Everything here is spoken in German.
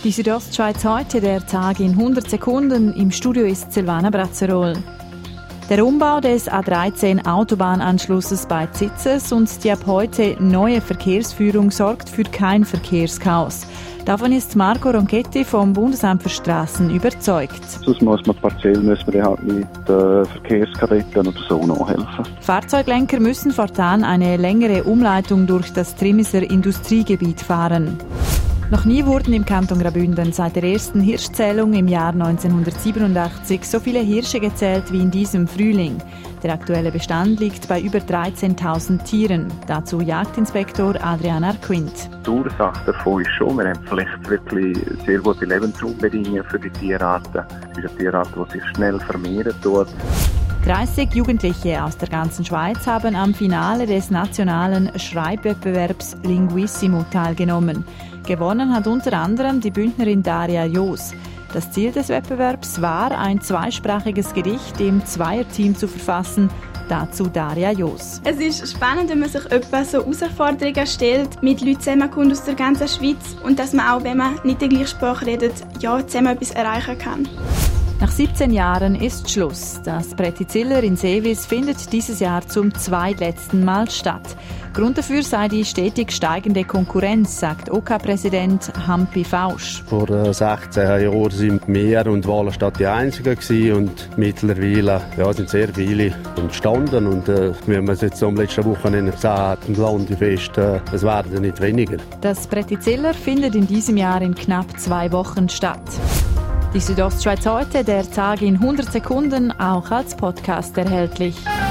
Die Südostschweiz heute, der Tag in 100 Sekunden. Im Studio ist Silvana Brazzerol. Der Umbau des A13 Autobahnanschlusses bei Zitzes und die ab heute neue Verkehrsführung sorgt für kein Verkehrschaos. Davon ist Marco Ronchetti vom Bundesamt für Straßen überzeugt. Sonst muss man Parzellen halt mit Verkehrskadetten oder so nachhelfen. Fahrzeuglenker müssen fortan eine längere Umleitung durch das Trimiser Industriegebiet fahren. Noch nie wurden im Kanton Graubünden seit der ersten Hirschzählung im Jahr 1987 so viele Hirsche gezählt wie in diesem Frühling. Der aktuelle Bestand liegt bei über 13.000 Tieren. Dazu Jagdinspektor Adrian Arquint. Die Ursache davon ist schon, wir haben vielleicht wirklich sehr gute Lebensraumbedingungen für die Tierarten. Es ist eine Tierart, die sich schnell vermehren tut. 30 Jugendliche aus der ganzen Schweiz haben am Finale des nationalen Schreibwettbewerbs Linguissimo teilgenommen. Gewonnen hat unter anderem die Bündnerin Daria Jos. Das Ziel des Wettbewerbs war, ein zweisprachiges Gedicht im Zweierteam zu verfassen. Dazu Daria Jos. Es ist spannend, wenn man sich etwa so Herausforderungen stellt, mit Leuten zusammenkommt aus der ganzen Schweiz und dass man auch, wenn man nicht die gleiche Sprache redet, zusammen etwas erreichen kann. Nach 17 Jahren ist Schluss. Das Prätiziller in Seewis findet dieses Jahr zum zweitletzten Mal statt. Grund dafür sei die stetig steigende Konkurrenz, sagt OK-Präsident Hampi Fausch. Vor 16 Jahren sind mehr und Wallenstadt die einzigen gewesen und mittlerweile sind sehr viele entstanden. Und wie man es jetzt am letzten Wochenende gesehen hat, im Landefest, es werden nicht weniger. Das Prätiziller findet in diesem Jahr in knapp 2 Wochen statt. Die Südostschweiz heute, der Tag in 100 Sekunden, auch als Podcast erhältlich.